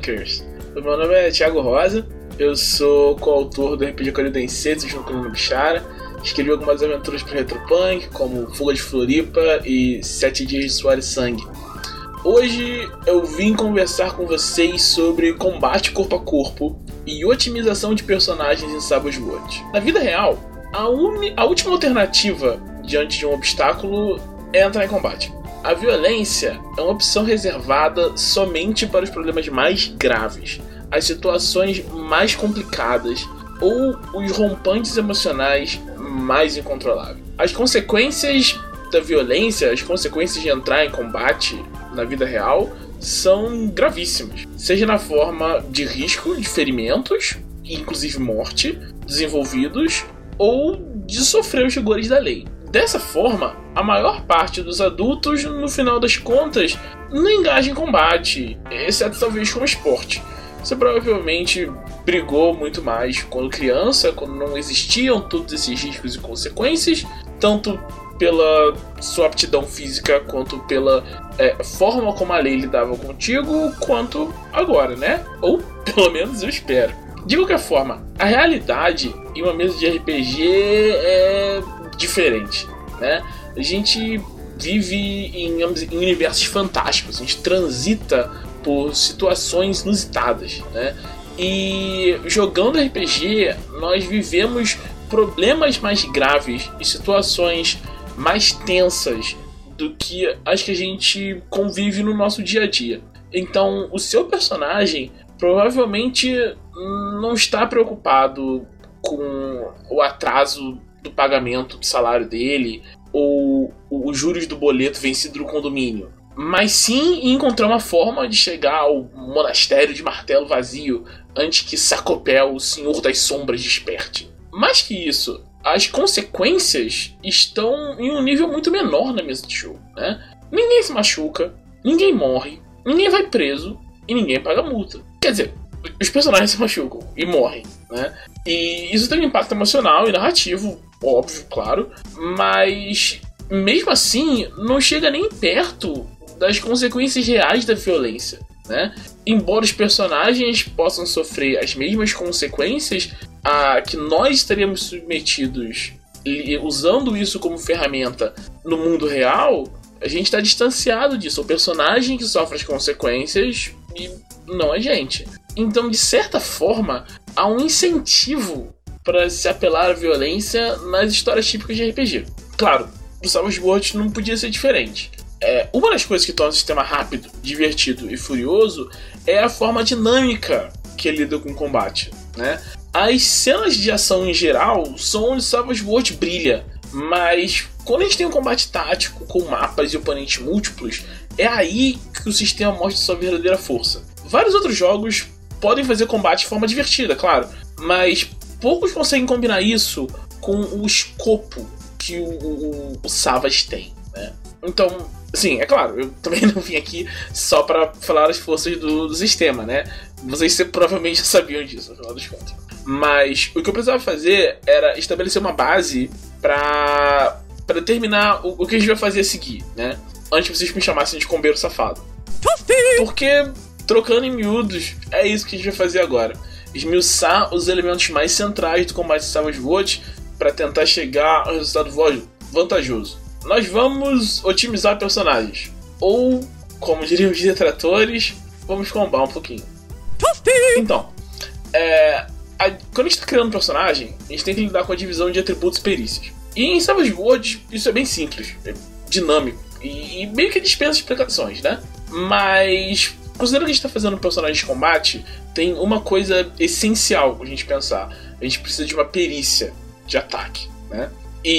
Hackers. Meu nome é Thiago Rosa, eu sou coautor do RPG Corrida em Seis junto com o Bichara. Escrevi algumas aventuras para Retropunk, como Fuga de Floripa e 7 Dias de Suor e Sangue. Hoje eu vim conversar com vocês sobre combate corpo a corpo e otimização de personagens em Savage Worlds. Na vida real, a última alternativa diante de um obstáculo é entrar em combate. A violência é uma opção reservada somente para os problemas mais graves, as situações mais complicadas ou os rompantes emocionais mais incontroláveis. As consequências da violência, as consequências de entrar em combate na vida real são gravíssimas, seja na forma de risco de ferimentos, inclusive morte, desenvolvidos, ou de sofrer os rigores da lei. Dessa forma, a maior parte dos adultos, no final das contas, não engaja em combate, exceto talvez com esporte. Você provavelmente brigou muito mais quando criança, quando não existiam todos esses riscos e consequências, tanto pela sua aptidão física, quanto pela forma como a lei lidava contigo, quanto agora, né? Ou pelo menos eu espero. De qualquer forma, a realidade em uma mesa de RPG é diferente, né? A gente vive em universos fantásticos, a gente transita por situações inusitadas, né? E jogando RPG, nós vivemos problemas mais graves e situações mais tensas do que as que a gente convive no nosso dia a dia. Então, o seu personagem provavelmente não está preocupado com o atraso do pagamento do salário dele ou os juros do boleto vencido do condomínio, mas sim em encontrar uma forma de chegar ao monastério de martelo vazio antes que Sacopel, o Senhor das Sombras, desperte. Mais que isso, as consequências estão em um nível muito menor na mesa de jogo, né? Ninguém se machuca, ninguém morre, ninguém vai preso e ninguém paga multa. Quer dizer, os personagens se machucam e morrem, né? E isso tem um impacto emocional e narrativo, óbvio, claro, mas mesmo assim não chega nem perto das consequências reais da violência, né? Embora os personagens possam sofrer as mesmas consequências a que nós estaríamos submetidos usando isso como ferramenta no mundo real, a gente está distanciado disso. O personagem que sofre as consequências e não a gente. Então, de certa forma, há um incentivo para se apelar à violência nas histórias típicas de RPG. Claro, o Savage Worlds não podia ser diferente. Uma das coisas que torna o sistema rápido, divertido e furioso é a forma dinâmica que ele lida com o combate, né? As cenas de ação em geral são onde Savage Worlds brilha, mas quando a gente tem um combate tático com mapas e oponentes múltiplos, é aí que o sistema mostra sua verdadeira força. Vários outros jogos podem fazer combate de forma divertida, claro, mas poucos conseguem combinar isso com o escopo que o Savage tem, né? Então, sim, é claro, eu também não vim aqui só para falar das forças do sistema, né? Vocês provavelmente já sabiam disso, afinal das contas. Mas o que eu precisava fazer era estabelecer uma base para determinar o que a gente vai fazer a seguir, né? Antes que vocês me chamassem de combeiro safado. Porque, trocando em miúdos, é isso que a gente vai fazer agora. Esmiuçar os elementos mais centrais do combate de Savage Worlds para tentar chegar ao resultado vantajoso. Nós vamos otimizar personagens. Ou, como diriam os detratores, vamos combar um pouquinho. Então, quando a gente está criando um personagem, a gente tem que lidar com a divisão de atributos e perícias. E em Savage Worlds isso é bem simples, é dinâmico e meio que dispensa explicações, né? Mas, considerando que a gente está fazendo um personagem de combate, tem uma coisa essencial pra gente pensar. A gente precisa de uma perícia de ataque, né?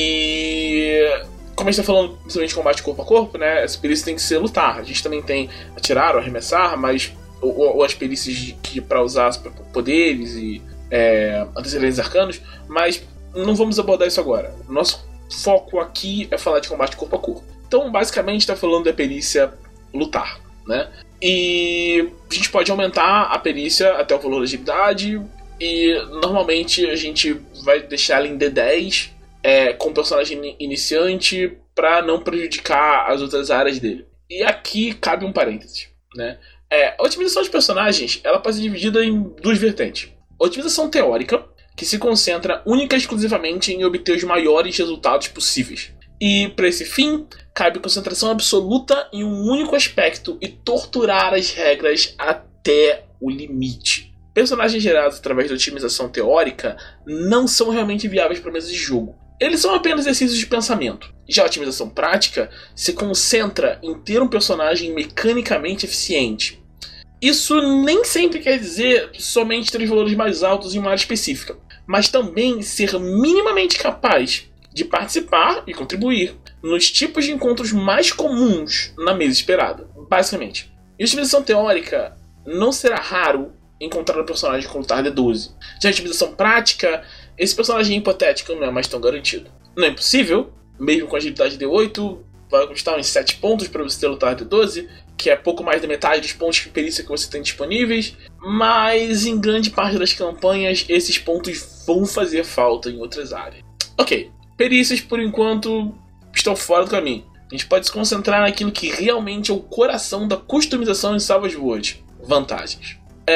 E como a gente está falando principalmente de combate corpo a corpo, né? Essa perícia tem que ser lutar. A gente também tem atirar ou arremessar, mas ou as perícias para usar poderes e antecedentes arcanos, mas não vamos abordar isso agora. Nosso foco aqui é falar de combate corpo a corpo. Então, basicamente, está falando da perícia lutar, né? E a gente pode aumentar a perícia até o valor da agilidade, e normalmente a gente vai deixar ela em D10 com o personagem iniciante para não prejudicar as outras áreas dele. E aqui cabe um parênteses, né? A otimização de personagens, ela pode ser dividida em duas vertentes. A otimização teórica, que se concentra única e exclusivamente em obter os maiores resultados possíveis. E, para esse fim, cabe concentração absoluta em um único aspecto e torturar as regras até o limite. Personagens gerados através da otimização teórica não são realmente viáveis para mesa de jogo. Eles são apenas exercícios de pensamento. Já a otimização prática se concentra em ter um personagem mecanicamente eficiente. Isso nem sempre quer dizer somente ter os valores mais altos em uma área específica, mas também ser minimamente capaz de participar e contribuir nos tipos de encontros mais comuns na mesa esperada, basicamente. Em otimização teórica, não será raro encontrar um personagem com lutar D12. Já em otimização prática, esse personagem hipotético não é mais tão garantido. Não é impossível, mesmo com agilidade D8, vai custar uns 7 pontos para você ter lutar D12, que é pouco mais da metade dos pontos de perícia que você tem disponíveis, mas em grande parte das campanhas esses pontos vão fazer falta em outras áreas. Ok, perícias por enquanto estão fora do caminho. A gente pode se concentrar naquilo que realmente é o coração da customização em Savage Worlds: vantagens.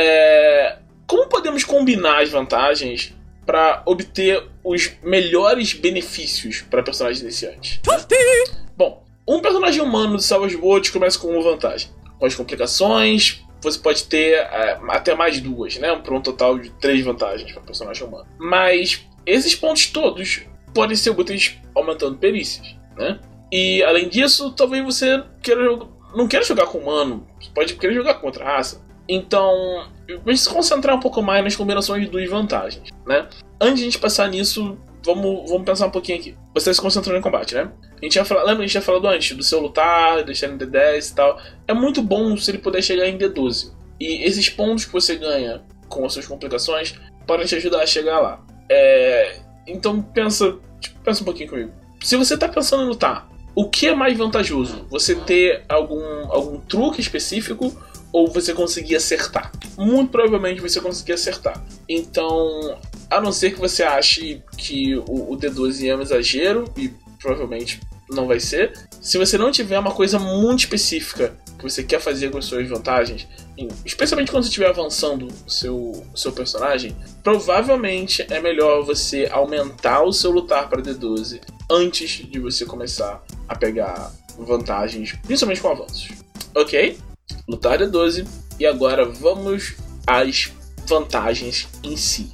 Como podemos combinar as vantagens para obter os melhores benefícios para personagens iniciantes? Bom, um personagem humano de Savage Worlds começa com uma vantagem. Com as complicações, você pode ter até mais duas, né? Para um total de 3 vantagens para personagem humano. Mas esses pontos todos podem ser úteis aumentando perícias, né? E além disso, talvez você não queira jogar com humano, você pode querer jogar com outra raça. Então, vamos se concentrar um pouco mais nas combinações de duas vantagens, né? Antes de a gente passar nisso, vamos pensar um pouquinho aqui. Você se concentrando em combate, né? Lembra que a gente tinha falado antes do seu lutar, deixar em D10 e tal. É muito bom se ele puder chegar em D12. E esses pontos que você ganha com as suas complicações podem te ajudar a chegar lá. Então pensa um pouquinho comigo. Se você está pensando em lutar, o que é mais vantajoso? Você ter algum truque específico ou você conseguir acertar? Muito provavelmente você conseguir acertar. Então, a não ser que você ache que o D12 é um exagero, e provavelmente não vai ser, se você não tiver uma coisa muito específica que você quer fazer com as suas vantagens, especialmente quando você estiver avançando o seu personagem, provavelmente é melhor você aumentar o seu lutar para D12 antes de você começar a pegar vantagens, principalmente com avanços. Ok? Lutar D12. E agora vamos às vantagens em si.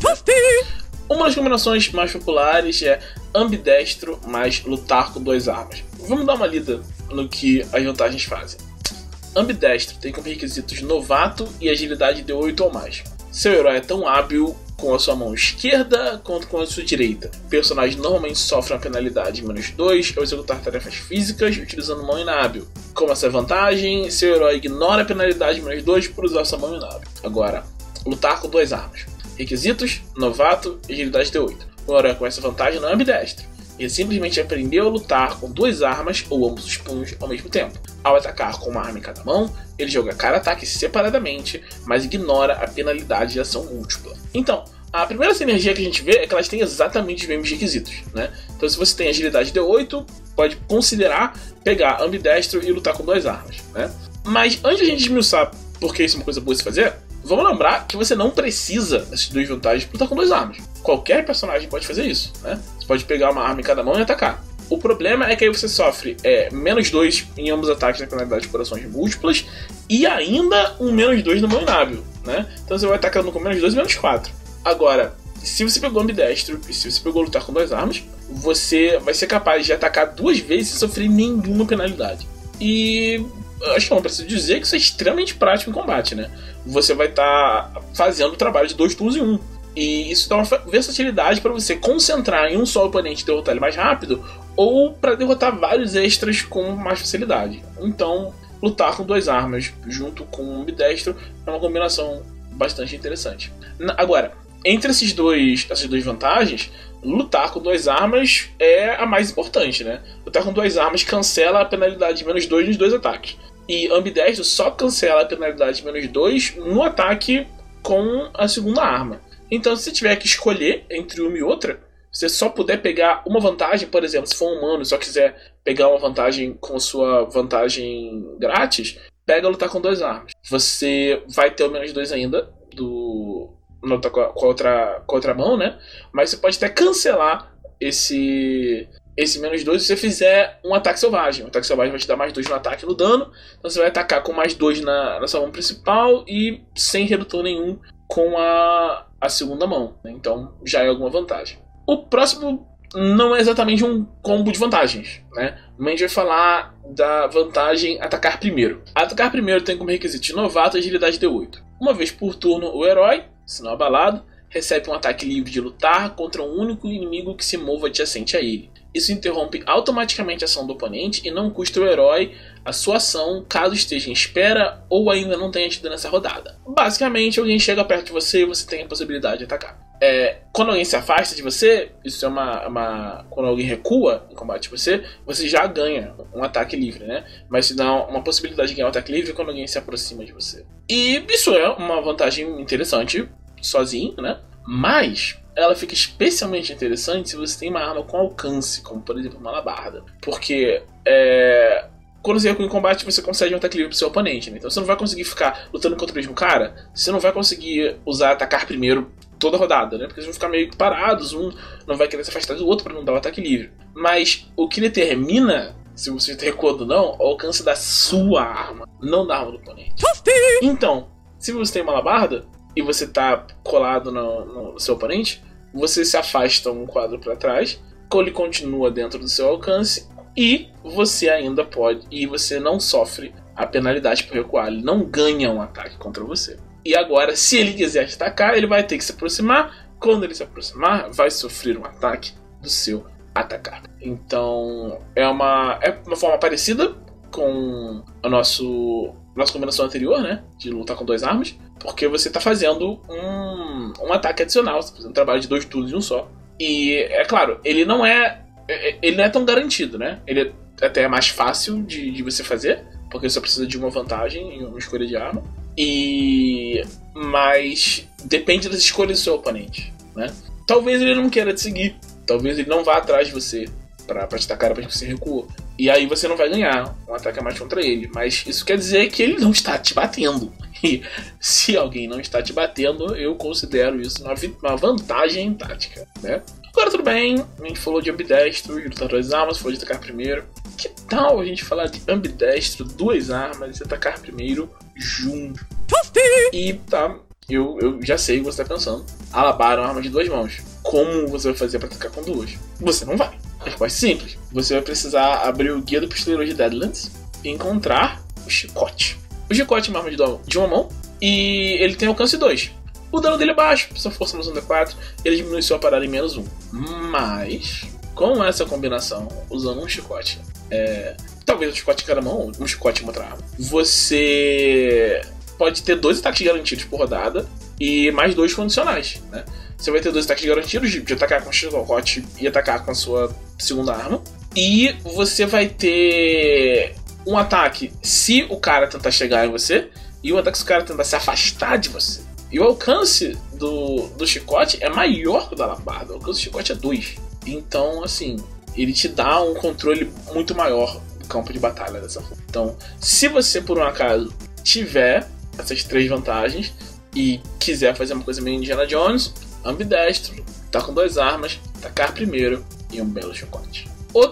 Uma das combinações mais populares é ambidestro mais lutar com 2 armas. Vamos dar uma lida no que as vantagens fazem. Ambidestro tem como requisitos novato e agilidade de 8 ou mais. Seu herói é tão hábil com a sua mão esquerda quanto com a sua direita. O personagem normalmente sofre uma penalidade de -2 ao executar tarefas físicas utilizando mão inábil. Como essa vantagem, seu herói ignora a penalidade de -2 por usar sua mão inábil. Agora, lutar com 2 armas. Requisitos: novato e agilidade D8. O herói com essa vantagem não é ambidestro. Ele simplesmente aprendeu a lutar com 2 armas ou ambos os punhos ao mesmo tempo. Ao atacar com uma arma em cada mão, ele joga cada ataque separadamente, mas ignora a penalidade de ação múltipla. Então, a primeira sinergia que a gente vê é que elas têm exatamente os mesmos requisitos, né? Então, se você tem agilidade D8, pode considerar pegar ambidestro e lutar com 2 armas, né? Mas antes de a gente esmiuçar porque isso é uma coisa boa de se fazer, vamos lembrar que você não precisa dessas 2 vantagens para lutar com 2 armas. Qualquer personagem pode fazer isso, né? Você pode pegar uma arma em cada mão e atacar. O problema é que aí você sofre -2 em ambos os ataques na penalidade de corações múltiplas e ainda um -2 no mão inábil, né? Então você vai atacando com -2 e -4. Agora, se você pegou ambidestro e se você pegou lutar com 2 armas, você vai ser capaz de atacar 2 vezes sem sofrer nenhuma penalidade. E acho que não preciso dizer que isso é extremamente prático em combate, né? Você vai estar fazendo o trabalho de 2 turnos em 1. E isso dá uma versatilidade para você concentrar em um só oponente e derrotar ele mais rápido, ou para derrotar vários extras com mais facilidade. Então, lutar com 2 armas junto com um ambidestro é uma combinação bastante interessante. Agora, entre essas duas vantagens, lutar com 2 armas é a mais importante, né? Lutar com 2 armas cancela a penalidade de -2 nos 2 ataques. E ambidestro só cancela a penalidade de -2 no ataque com a segunda arma. Então, se você tiver que escolher entre uma e outra, se você só puder pegar uma vantagem, por exemplo, se for um humano e só quiser pegar uma vantagem com sua vantagem grátis, pega lutar com 2 armas. Você vai ter o -2 ainda na outra mão, né? Mas você pode até cancelar esse -2 se você fizer um ataque selvagem. O ataque selvagem vai te dar +2 no ataque e no dano. Então você vai atacar com +2 na sua mão principal e sem redutor nenhum com a segunda mão, né? Então já é alguma vantagem. O próximo não é exatamente um combo de vantagens, né? Mas a gente vai falar da vantagem atacar primeiro. Atacar primeiro tem como requisito de novato agilidade D8. Uma vez por turno, o herói, se não abalado, recebe um ataque livre de lutar contra um único inimigo que se mova adjacente a ele. Isso interrompe automaticamente a ação do oponente e não custa o herói a sua ação caso esteja em espera ou ainda não tenha tido nessa rodada. Basicamente, alguém chega perto de você e você tem a possibilidade de atacar. Quando alguém se afasta de você, isso é quando alguém recua em combate com você já ganha um ataque livre, né? Mas se dá uma possibilidade de ganhar um ataque livre quando alguém se aproxima de você. E isso é uma vantagem interessante sozinho, né? Mas ela fica especialmente interessante se você tem uma arma com alcance, como por exemplo uma alabarda. Porque quando você recua em combate, você consegue um ataque livre pro seu oponente, né? Então você não vai conseguir ficar lutando contra o mesmo cara, você não vai conseguir usar atacar primeiro toda rodada, né? Porque eles vão ficar meio que parados, um não vai querer se afastar do outro para não dar o ataque livre. Mas o que determina se você está recuando ou não, é o alcance da sua arma, não da arma do oponente. Então, se você tem uma alabarda e você está colado no seu oponente, você se afasta um quadro para trás, ele continua dentro do seu alcance e você ainda pode, e você não sofre a penalidade por recuar, ele não ganha um ataque contra você. E agora, se ele quiser te atacar, ele vai ter que se aproximar. Quando ele se aproximar, vai sofrer um ataque do seu atacar. Então, é uma forma parecida com a nossa combinação anterior, né? De lutar com 2 armas. Porque você está fazendo um ataque adicional. Você está fazendo um trabalho de 2 turnos em um só. E, é claro, ele não é tão garantido, né? Ele até é mais fácil de você fazer, porque você precisa de uma vantagem em uma escolha de arma. Mas depende das escolhas do seu oponente, né? Talvez ele não queira te seguir, talvez ele não vá atrás de você pra te atacar depois que você recuou. E aí você não vai ganhar um ataque a mais contra ele. Mas isso quer dizer que ele não está te batendo. E se alguém não está te batendo, eu considero isso uma vantagem tática, né? Agora tudo bem, a gente falou de ambidestro, de lutar 2 armas, falou de atacar primeiro. Que tal a gente falar de ambidestro, 2 armas e atacar primeiro junto? E tá, eu já sei o que você está pensando. Alabar é uma arma de 2 mãos. Como você vai fazer para atacar com 2? Você não vai. A resposta é simples. Você vai precisar abrir o Guia do Pistoleiro de Deadlands e encontrar o chicote. O chicote é uma arma de uma mão e ele tem alcance 2. O dano dele é baixo, sua força mais 1d4, ele diminui sua parada em -1. Mas, com essa combinação, usando um chicote, talvez um chicote em cada mão, ou um chicote em outra arma, você pode ter 2 ataques garantidos por rodada e mais 2 condicionais, né? Você vai ter 2 ataques garantidos de atacar com o chicote e atacar com a sua segunda arma. E você vai ter um ataque se o cara tentar chegar em você, e um ataque se o cara tentar se afastar de você. E o alcance do chicote é maior que o da alabarda. O alcance do chicote é 2. Então, assim, ele te dá um controle muito maior do campo de batalha dessa forma. Então, se você, por um acaso, tiver essas 3 vantagens e quiser fazer uma coisa meio Indiana Jones, ambidestro, tá com 2 armas, atacar primeiro e um belo chicote.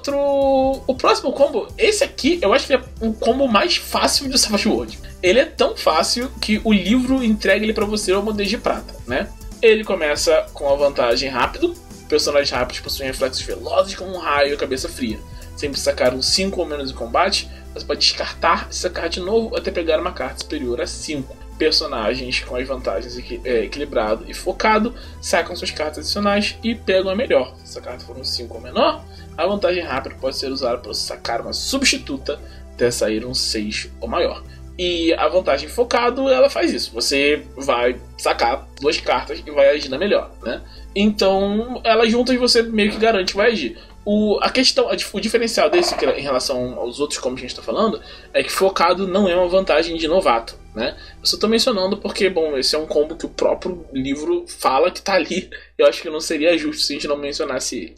O próximo combo, esse aqui, eu acho que é o combo mais fácil do Savage World. Ele é tão fácil que o livro entrega ele pra você ao bandeja de prata, né? Ele começa com a vantagem rápido. Personagens rápidos possuem reflexos velozes como um raio e cabeça fria. Sempre sacar um 5 ou menos em combate, você pode descartar e sacar de novo até pegar uma carta superior a 5. Personagens com as vantagens equilibrado e focado sacam suas cartas adicionais e pegam a melhor. Se a carta for um 5 ou menor, a vantagem rápida pode ser usada para sacar uma substituta até sair um 6 ou maior. E a vantagem focado, ela faz isso. Você vai sacar 2 cartas e vai agir na melhor, né? Então, elas juntas você meio que garante que vai agir. O diferencial desse em relação aos outros combos que a gente está falando é que focado não é uma vantagem de novato, né? Eu só estou mencionando porque, bom, esse é um combo que o próprio livro fala que tá ali. Eu acho que não seria justo se a gente não mencionasse ele.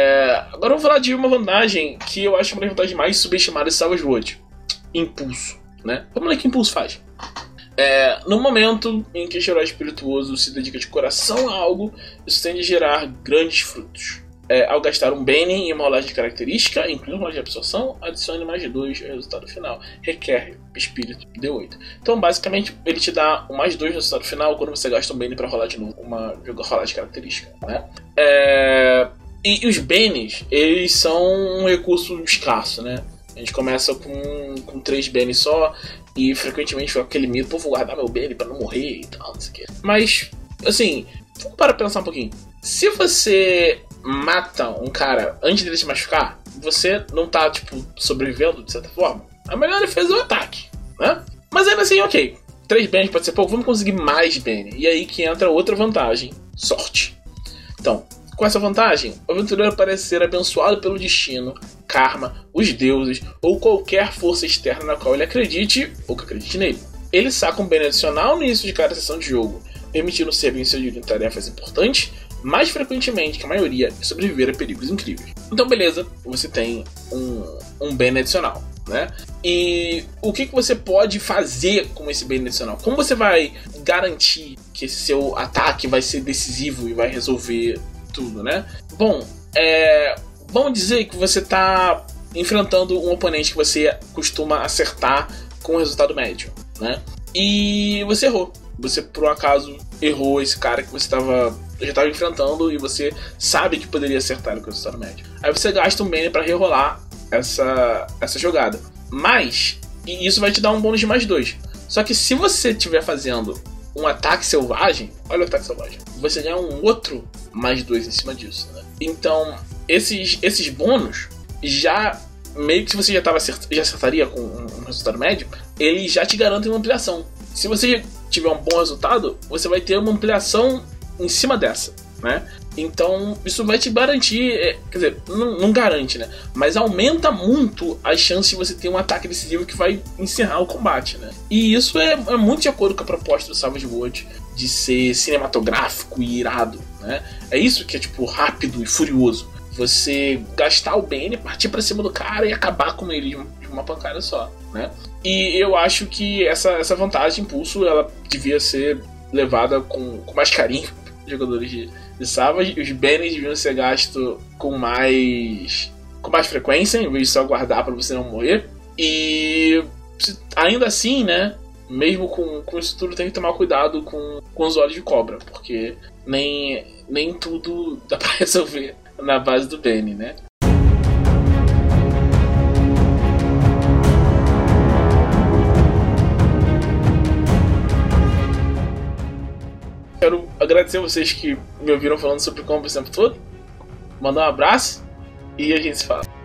Agora eu vou falar de uma vantagem que eu acho uma das vantagens mais subestimadas de Savage World: impulso. né? Vamos ler o que Impulso faz. No momento em que o herói espirituoso se dedica de coração a algo, isso tende a gerar grandes frutos. Ao gastar um Bane em uma rolagem de característica, incluindo rolagem de absorção, adicione mais 2 ao resultado final. Requer espírito D8. Então, basicamente, ele te dá um mais 2 no resultado final quando você gasta um Bane para rolar de novo uma rolagem de característica, né? E os Banes, eles são um recurso escasso, né? A gente começa com 3 Banes só e frequentemente fica aquele medo, pô, vou guardar meu Bane pra não morrer e tal, não sei o quê. Mas, assim, vamos para pensar um pouquinho. Se você mata um cara antes dele se machucar, você não tá, tipo, sobrevivendo de certa forma. A melhor defesa é o ataque, né? Mas ainda assim, ok, 3 Banes pode ser pouco, vamos conseguir mais Bane. E aí que entra outra vantagem, sorte. Então, com essa vantagem, o aventureiro parece ser abençoado pelo destino, karma, os deuses ou qualquer força externa na qual ele acredite ou que acredite nele. Ele saca um Bane adicional no início de cada sessão de jogo, permitindo ser bem sucedido em tarefas importantes, mais frequentemente que a maioria, e sobreviver a perigos incríveis. Então beleza, você tem um Bane adicional, né? E o que você pode fazer com esse Bane adicional? Como você vai garantir que esse seu ataque vai ser decisivo e vai resolver tudo, né? Bom, vamos dizer que você está enfrentando um oponente que você costuma acertar com um resultado médio, né? E você errou. Você, por um acaso, errou esse cara que você já estava enfrentando e você sabe que poderia acertar com o resultado médio. Aí você gasta um Bane para rerolar essa jogada. Mas, e isso vai te dar um bônus de mais 2. Só que se você estiver fazendo um ataque selvagem, olha o ataque selvagem, você ganha um outro mais 2 em cima disso, né? Então, esses bônus, já meio que se você já acertaria com um resultado médio, eles já te garantem uma ampliação. Se você tiver um bom resultado, você vai ter uma ampliação em cima dessa, né? Então, isso vai te garantir, quer dizer, não garante, né? Mas aumenta muito as chances de você ter um ataque decisivo que vai encerrar o combate, né? E isso é muito de acordo com a proposta do Savage Worlds de ser cinematográfico e irado, né? É isso que é, tipo, rápido e furioso. Você gastar o Bane, partir pra cima do cara e acabar com ele de uma pancada só, né? E eu acho que essa vantagem, Impulso, ela devia ser levada com mais carinho por jogadores de Savage. Os Banes deviam ser gastos com mais frequência, em vez de só guardar pra você não morrer. E ainda assim, né, mesmo com isso tudo, tem que tomar cuidado com os olhos de cobra, porque nem tudo dá pra resolver na base do Bane, né? Quero agradecer a vocês que me ouviram falando sobre compra o tempo todo. Mandar um abraço e a gente se fala.